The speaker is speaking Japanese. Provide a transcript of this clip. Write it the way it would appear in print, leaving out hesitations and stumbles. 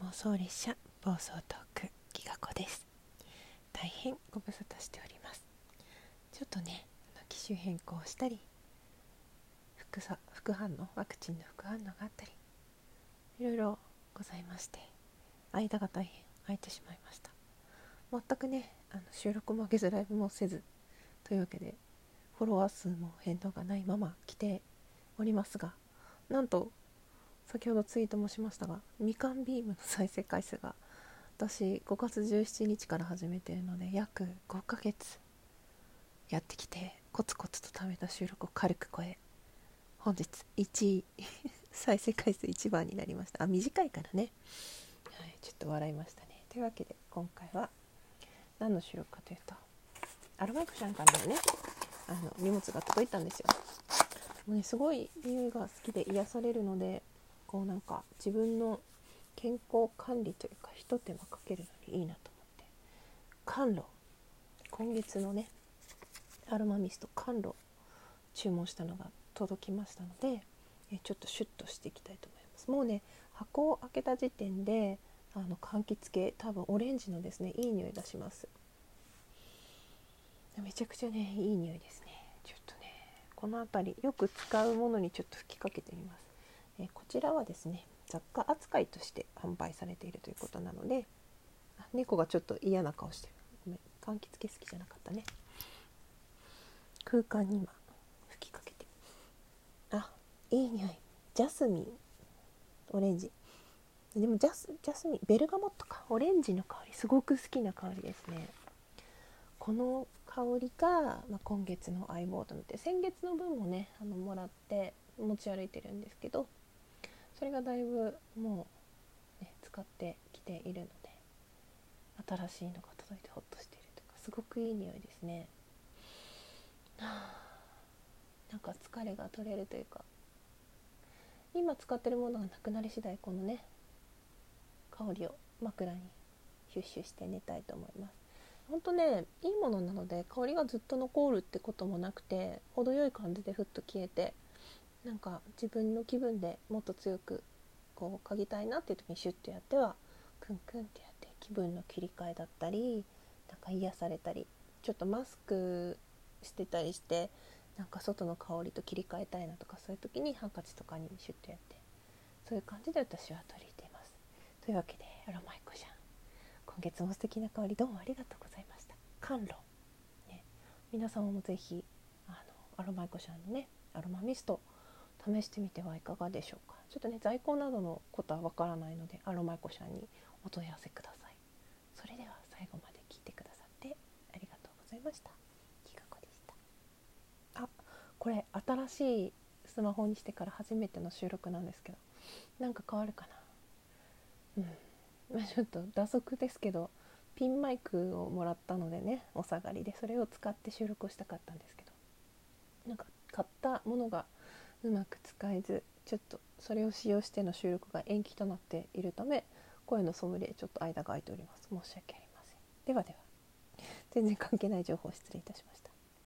妄想列車暴走トークギガ子です。大変ご無沙汰しております。ちょっとね機種変更したり副反応ワクチンの副反応があったりいろいろございまして、間が大変空いてしまいました。全くね収録も上げずライブもせずというわけで、フォロワー数も変動がないまま来ておりますが、なんと先ほどツイートもしましたが、みかんビームの再生回数が私5月17日から始めているので約5ヶ月やってきて、コツコツと貯めた収録を軽く超え、本日1位再生回数1番になりました。短いからね、はい、ちょっと笑いましたね。というわけで今回は何の収録かというと、アロマイクさんからのね荷物が届いたんですよ。もうね、すごい匂いが好きで癒されるので、こうなんか自分の健康管理というか一手間かけるのにいいなと思って、甘露、今月のねアロマミスト甘露注文したのが届きましたので、ちょっとシュッとしていきたいと思います。もうね、箱を開けた時点で柑橘系、多分オレンジのですね、いい匂いがします。めちゃくちゃねいい匂いですね。ちょっとねこの辺りよく使うものにちょっと吹きかけてみます。こちらはですね、雑貨扱いとして販売されているということなので、猫がちょっと嫌な顔してる。ごめん、柑橘系好きじゃなかったね。空間に今吹きかけて、いい匂い。ジャスミン、オレンジ。でもジャスミン、ベルガモットか、オレンジの香り、すごく好きな香りですね。この香りが、今月の相棒となって、先月の分もねもらって持ち歩いてるんですけど、それがだいぶもう、使ってきているので、新しいのが届いてホッとしているというか、すごくいい匂いですね。なんか疲れが取れるというか、今使ってるものがなくなり次第、このね香りを枕にシュッシュして寝たいと思います。本当ね、いいものなので香りがずっと残るってこともなくて、程よい感じでふっと消えて、なんか自分の気分でもっと強くこう嗅ぎたいなっていう時にシュッとやってはクンクンってやって、気分の切り替えだったり、なんか癒されたり、ちょっとマスクしてたりして、なんか外の香りと切り替えたいなとか、そういう時にハンカチとかにシュッとやって、そういう感じで私は取り入れています。というわけで、アロマイコちゃん、今月も素敵な香りどうもありがとうございました。甘露、皆様もぜひアロマイコちゃんのねアロマミスト試してみてはいかがでしょうか。ちょっとね在庫などのことはわからないので、アロマイコちゃんにお問い合わせください。それでは最後まで聞いてくださってありがとうございました。きがこでした。これ新しいスマホにしてから初めての収録なんですけど、なんか変わるかな。ちょっと打足ですけど、ピンマイクをもらったのでね、お下がりでそれを使って収録をしたかったんですけど、なんか買ったものがうまく使えず、ちょっとそれを使用しての収録が延期となっているため、声のソムリエちょっと間が空いております。申し訳ありません。ではでは、全然関係ない情報を失礼いたしました。